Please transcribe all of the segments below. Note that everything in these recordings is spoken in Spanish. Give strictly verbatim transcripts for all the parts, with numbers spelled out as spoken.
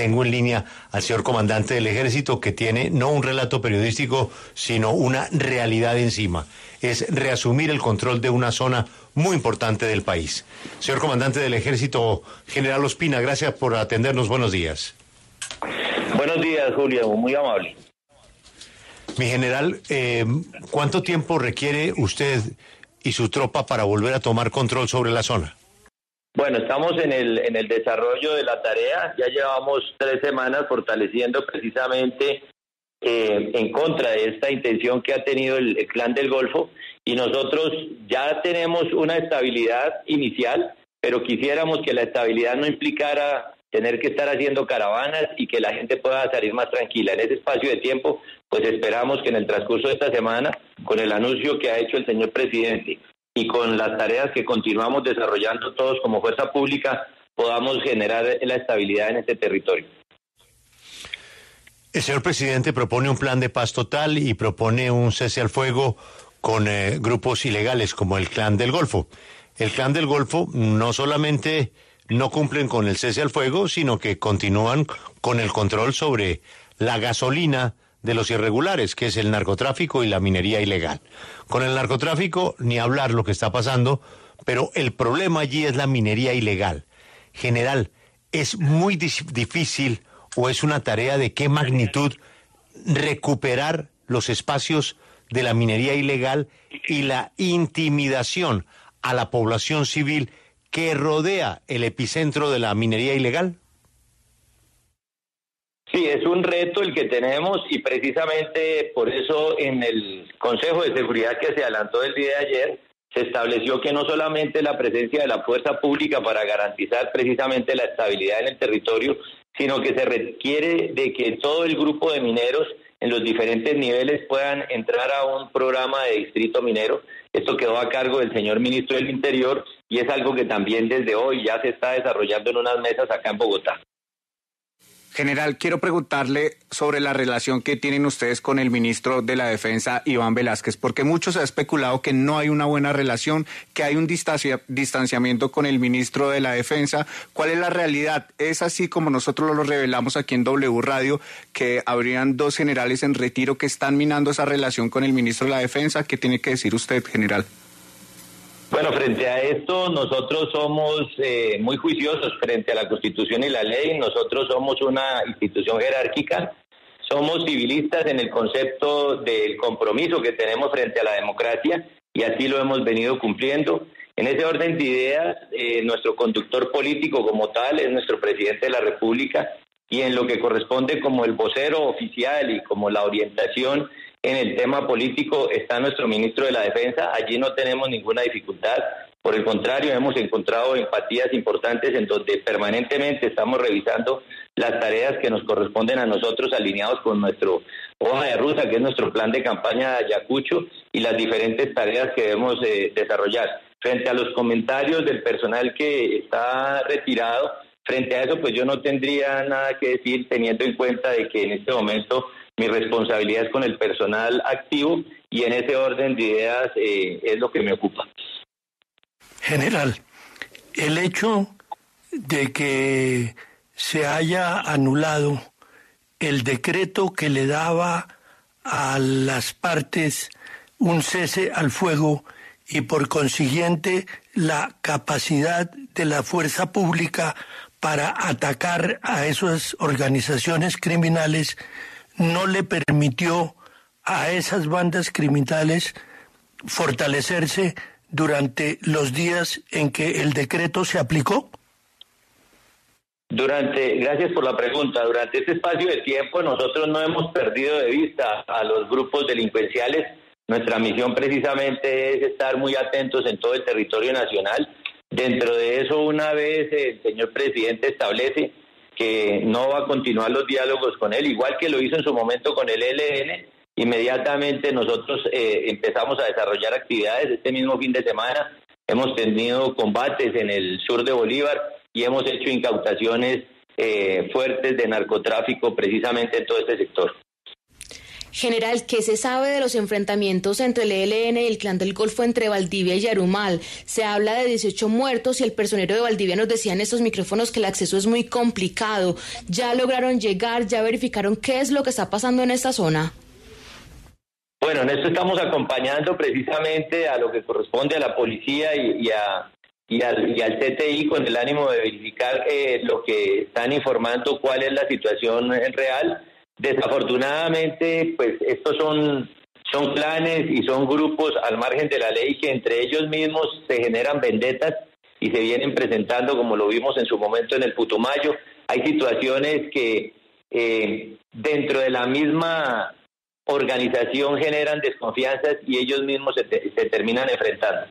tengo en línea al señor comandante del Ejército, que tiene no un relato periodístico, sino una realidad encima. Es reasumir el control de una zona muy importante del país. Señor comandante del Ejército, general Ospina, gracias por atendernos. Buenos días. Buenos días, Julio, muy amable. Mi general, eh, ¿cuánto tiempo requiere usted y su tropa para volver a tomar control sobre la zona? Bueno, estamos en el en el desarrollo de la tarea. Ya llevamos tres semanas fortaleciendo precisamente eh, en contra de esta intención que ha tenido el, el Clan del Golfo, y nosotros ya tenemos una estabilidad inicial, pero quisiéramos que la estabilidad no implicara tener que estar haciendo caravanas y que la gente pueda salir más tranquila. En ese espacio de tiempo, pues esperamos que en el transcurso de esta semana, con el anuncio que ha hecho el señor presidente y con las tareas que continuamos desarrollando todos como fuerza pública, podamos generar la estabilidad en este territorio. El señor presidente propone un plan de paz total y propone un cese al fuego con eh, grupos ilegales como el Clan del Golfo. El Clan del Golfo no solamente no cumplen con el cese al fuego, sino que continúan con el control sobre la gasolina de los irregulares, que es el narcotráfico y la minería ilegal. Con el narcotráfico ni hablar lo que está pasando, pero el problema allí es la minería ilegal. General, ¿es muy difícil o es una tarea de qué magnitud recuperar los espacios de la minería ilegal y la intimidación a la población civil que rodea el epicentro de la minería ilegal? Sí, es un reto el que tenemos, y precisamente por eso en el Consejo de Seguridad que se adelantó el día de ayer se estableció que no solamente la presencia de la fuerza pública para garantizar precisamente la estabilidad en el territorio, sino que se requiere de que todo el grupo de mineros en los diferentes niveles puedan entrar a un programa de distrito minero. Esto quedó a cargo del señor ministro del Interior y es algo que también desde hoy ya se está desarrollando en unas mesas acá en Bogotá. General, quiero preguntarle sobre la relación que tienen ustedes con el ministro de la Defensa, Iván Velásquez, porque mucho se ha especulado que no hay una buena relación, que hay un distancia, distanciamiento con el ministro de la Defensa. ¿Cuál es la realidad? ¿Es así como nosotros lo revelamos aquí en W Radio, que habrían dos generales en retiro que están minando esa relación con el ministro de la Defensa? ¿Qué tiene que decir usted, general? Bueno, frente a esto, nosotros somos eh, muy juiciosos frente a la Constitución y la ley. Nosotros somos una institución jerárquica, somos civilistas en el concepto del compromiso que tenemos frente a la democracia, y así lo hemos venido cumpliendo. En ese orden de ideas, eh, nuestro conductor político como tal es nuestro presidente de la República, y en lo que corresponde como el vocero oficial y como la orientación en el tema político está nuestro ministro de la Defensa. Allí no tenemos ninguna dificultad. Por el contrario, hemos encontrado empatías importantes en donde permanentemente estamos revisando las tareas que nos corresponden a nosotros, alineados con nuestro hoja de ruta, que es nuestro plan de campaña de Ayacucho, y las diferentes tareas que debemos eh, desarrollar. Frente a los comentarios del personal que está retirado, frente a eso, pues yo no tendría nada que decir, teniendo en cuenta de que en este momento mi responsabilidad es con el personal activo, y en ese orden de ideas eh, es lo que me ocupa. General, el hecho de que se haya anulado el decreto que le daba a las partes un cese al fuego y por consiguiente la capacidad de la fuerza pública para atacar a esas organizaciones criminales, no le permitió a esas bandas criminales fortalecerse durante los días en que el decreto se aplicó? Durante, gracias por la pregunta. Durante este espacio de tiempo nosotros no hemos perdido de vista a los grupos delincuenciales. Nuestra misión precisamente es estar muy atentos en todo el territorio nacional. Dentro de eso, una vez el señor presidente establece que no va a continuar los diálogos con él, igual que lo hizo en su momento con el E L N, inmediatamente nosotros eh, empezamos a desarrollar actividades. Este mismo fin de semana hemos tenido combates en el sur de Bolívar y hemos hecho incautaciones eh, fuertes de narcotráfico precisamente en todo este sector. General, ¿qué se sabe de los enfrentamientos entre el E L N y el Clan del Golfo entre Valdivia y Yarumal? Se habla de dieciocho muertos y el personero de Valdivia nos decía en estos micrófonos que el acceso es muy complicado. ¿Ya lograron llegar? ¿Ya verificaron qué es lo que está pasando en esta zona? Bueno, en esto estamos acompañando precisamente a lo que corresponde a la policía y, y, a, y, al, y al C T I con el ánimo de verificar eh, lo que están informando, cuál es la situación real. Desafortunadamente, pues estos son, son clanes y son grupos al margen de la ley que entre ellos mismos se generan vendetas y se vienen presentando, como lo vimos en su momento en el Putumayo. Hay situaciones que eh, dentro de la misma organización generan desconfianzas y ellos mismos se, te, se terminan enfrentando.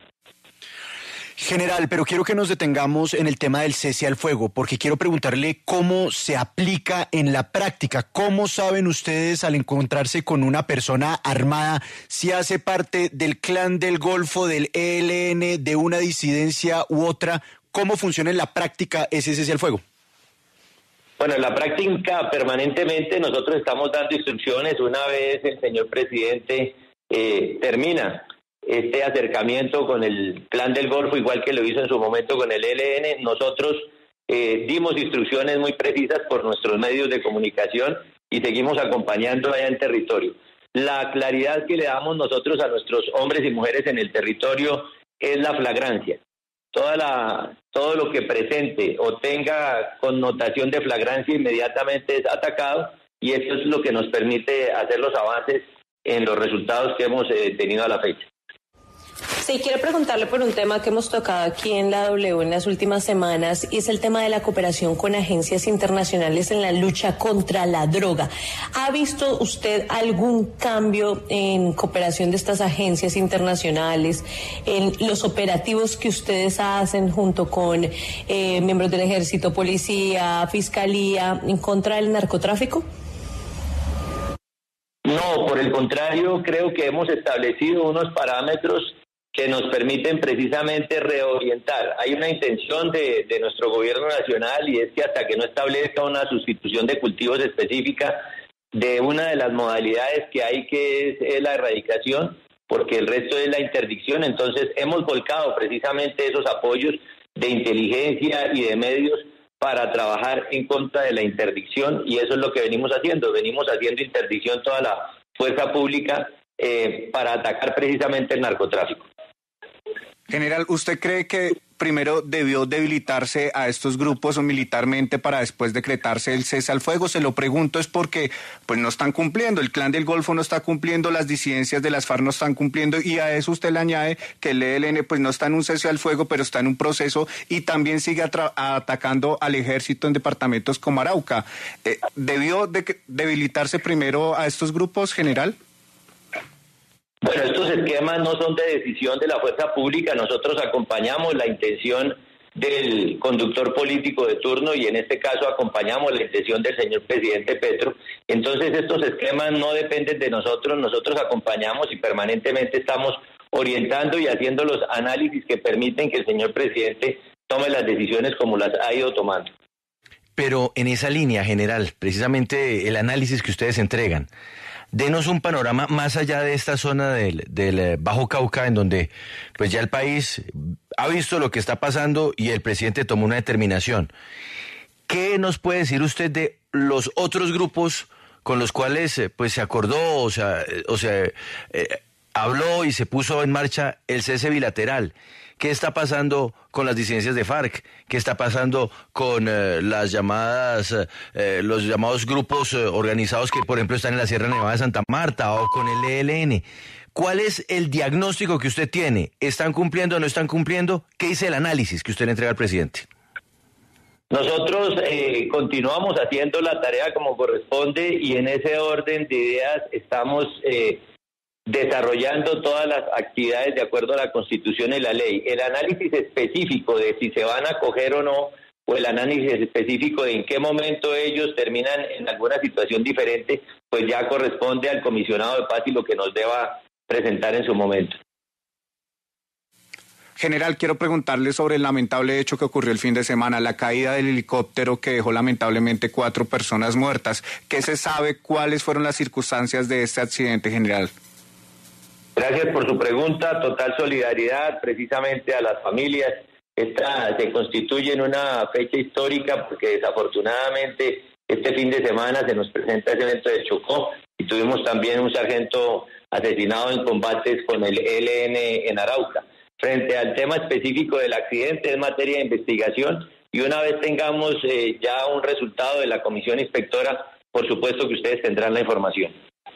General, pero quiero que nos detengamos en el tema del cese al fuego, porque quiero preguntarle cómo se aplica en la práctica. ¿Cómo saben ustedes al encontrarse con una persona armada si hace parte del Clan del Golfo, del E L N, de una disidencia u otra? ¿Cómo funciona en la práctica ese cese al fuego? Bueno, en la práctica permanentemente nosotros estamos dando instrucciones. Una vez el señor presidente eh, termina este acercamiento con el Clan del Golfo, igual que lo hizo en su momento con el E L N, nosotros eh, dimos instrucciones muy precisas por nuestros medios de comunicación y seguimos acompañando allá en territorio. La claridad que le damos nosotros a nuestros hombres y mujeres en el territorio es la flagrancia. Toda la, todo lo que presente o tenga connotación de flagrancia inmediatamente es atacado, y eso es lo que nos permite hacer los avances en los resultados que hemos eh, tenido a la fecha. Sí, quiero preguntarle por un tema que hemos tocado aquí en la W en las últimas semanas, y es el tema de la cooperación con agencias internacionales en la lucha contra la droga. ¿Ha visto usted algún cambio en cooperación de estas agencias internacionales, en los operativos que ustedes hacen junto con eh, miembros del ejército, policía, fiscalía, en contra del narcotráfico? No, por el contrario, creo que hemos establecido unos parámetros que nos permiten precisamente reorientar. Hay una intención de, de nuestro gobierno nacional, y es que hasta que no establezca una sustitución de cultivos específica de una de las modalidades que hay, que es, es la erradicación, porque el resto es la interdicción, entonces hemos volcado precisamente esos apoyos de inteligencia y de medios para trabajar en contra de la interdicción, y eso es lo que venimos haciendo. Venimos haciendo interdicción toda la fuerza pública eh, para atacar precisamente el narcotráfico. General, ¿usted cree que primero debió debilitarse a estos grupos o militarmente para después decretarse el cese al fuego? Se lo pregunto es porque pues no están cumpliendo, el Clan del Golfo no está cumpliendo, las disidencias de las FARC no están cumpliendo, y a eso usted le añade que el E L N pues no está en un cese al fuego, pero está en un proceso y también sigue atacando al ejército en departamentos como Arauca. Eh, ¿Debió de debilitarse primero a estos grupos, general? Bueno, estos esquemas no son de decisión de la fuerza pública. Nosotros acompañamos la intención del conductor político de turno, y en este caso acompañamos la intención del señor presidente Petro. Entonces estos esquemas no dependen de nosotros, nosotros acompañamos y permanentemente estamos orientando y haciendo los análisis que permiten que el señor presidente tome las decisiones como las ha ido tomando. Pero en esa línea, general, precisamente el análisis que ustedes entregan, denos un panorama más allá de esta zona del, del Bajo Cauca, en donde pues ya el país ha visto lo que está pasando y el presidente tomó una determinación. ¿Qué nos puede decir usted de los otros grupos con los cuales pues se acordó, o sea, o sea eh, habló y se puso en marcha el cese bilateral? ¿Qué está pasando con las disidencias de FARC? ¿Qué está pasando con eh, las llamadas, eh, los llamados grupos eh, organizados que, por ejemplo, están en la Sierra Nevada de Santa Marta, o con el E L N? ¿Cuál es el diagnóstico que usted tiene? ¿Están cumpliendo o no están cumpliendo? ¿Qué dice el análisis que usted le entrega al presidente? Nosotros eh, continuamos haciendo la tarea como corresponde, y en ese orden de ideas estamos Eh, desarrollando todas las actividades de acuerdo a la Constitución y la ley. El análisis específico de si se van a acoger o no, o el análisis específico de en qué momento ellos terminan en alguna situación diferente, pues ya corresponde al comisionado de paz y lo que nos deba presentar en su momento. General, quiero preguntarle sobre el lamentable hecho que ocurrió el fin de semana, la caída del helicóptero que dejó lamentablemente cuatro personas muertas. ¿Qué se sabe? ¿Cuáles fueron las circunstancias de este accidente, general? Gracias por su pregunta. Total solidaridad precisamente a las familias. Esta se constituye en una fecha histórica porque desafortunadamente este fin de semana se nos presenta ese evento de Chocó y tuvimos también un sargento asesinado en combates con el E L N en Arauca. Frente al tema específico del accidente, es materia de investigación y una vez tengamos eh, ya un resultado de la comisión inspectora, por supuesto que ustedes tendrán la información.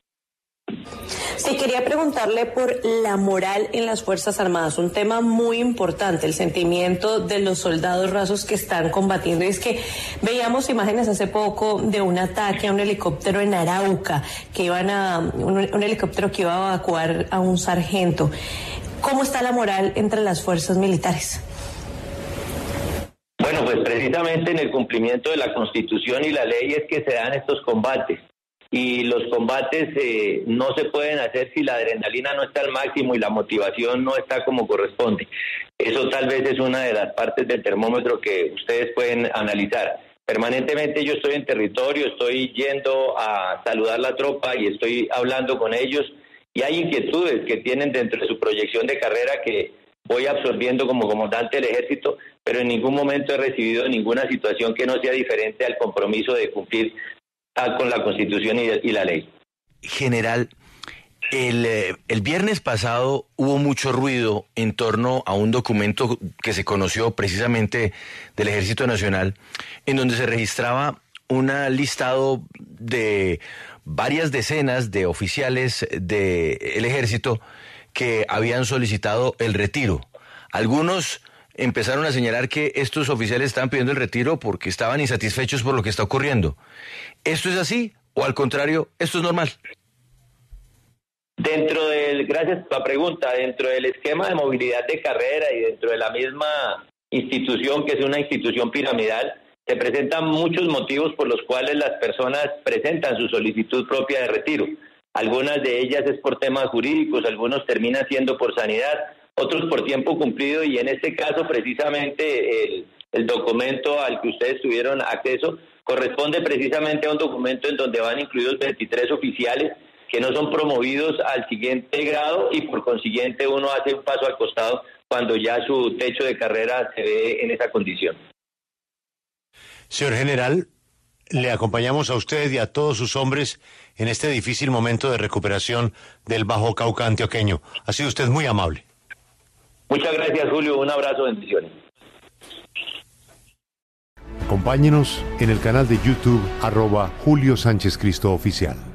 Sí, quería preguntarle por la moral en las Fuerzas Armadas, un tema muy importante, el sentimiento de los soldados rasos que están combatiendo. Y es que veíamos imágenes hace poco de un ataque a un helicóptero en Arauca, que iban a un, un helicóptero que iba a evacuar a un sargento. ¿Cómo está la moral entre las fuerzas militares? Bueno, pues precisamente en el cumplimiento de la Constitución y la ley es que se dan estos combates. Y los combates eh, no se pueden hacer si la adrenalina no está al máximo y la motivación no está como corresponde. Eso tal vez es una de las partes del termómetro que ustedes pueden analizar. Permanentemente yo estoy en territorio, estoy yendo a saludar la tropa y estoy hablando con ellos y hay inquietudes que tienen dentro de su proyección de carrera que voy absorbiendo como comandante del ejército, pero en ningún momento he recibido ninguna situación que no sea diferente al compromiso de cumplir con la Constitución y, y la ley. General, el, el viernes pasado hubo mucho ruido en torno a un documento que se conoció precisamente del Ejército Nacional, en donde se registraba un listado de varias decenas de oficiales del Ejército que habían solicitado el retiro. Algunos empezaron a señalar que estos oficiales estaban pidiendo el retiro porque estaban insatisfechos por lo que está ocurriendo. ¿Esto es así o al contrario, esto es normal? Dentro del, gracias por la pregunta, dentro del esquema de movilidad de carrera y dentro de la misma institución, que es una institución piramidal, se presentan muchos motivos por los cuales las personas presentan su solicitud propia de retiro. Algunas de ellas es por temas jurídicos, algunos terminan siendo por sanidad, otros por tiempo cumplido y en este caso precisamente el, el documento al que ustedes tuvieron acceso corresponde precisamente a un documento en donde van incluidos veintitrés oficiales que no son promovidos al siguiente grado y por consiguiente uno hace un paso al costado cuando ya su techo de carrera se ve en esa condición. Señor General, le acompañamos a usted y a todos sus hombres en este difícil momento de recuperación del Bajo Cauca antioqueño. Ha sido usted muy amable. Muchas gracias, Julio. Un abrazo, bendiciones. Acompáñenos en el canal de YouTube arroba Julio Sánchez Cristo Oficial.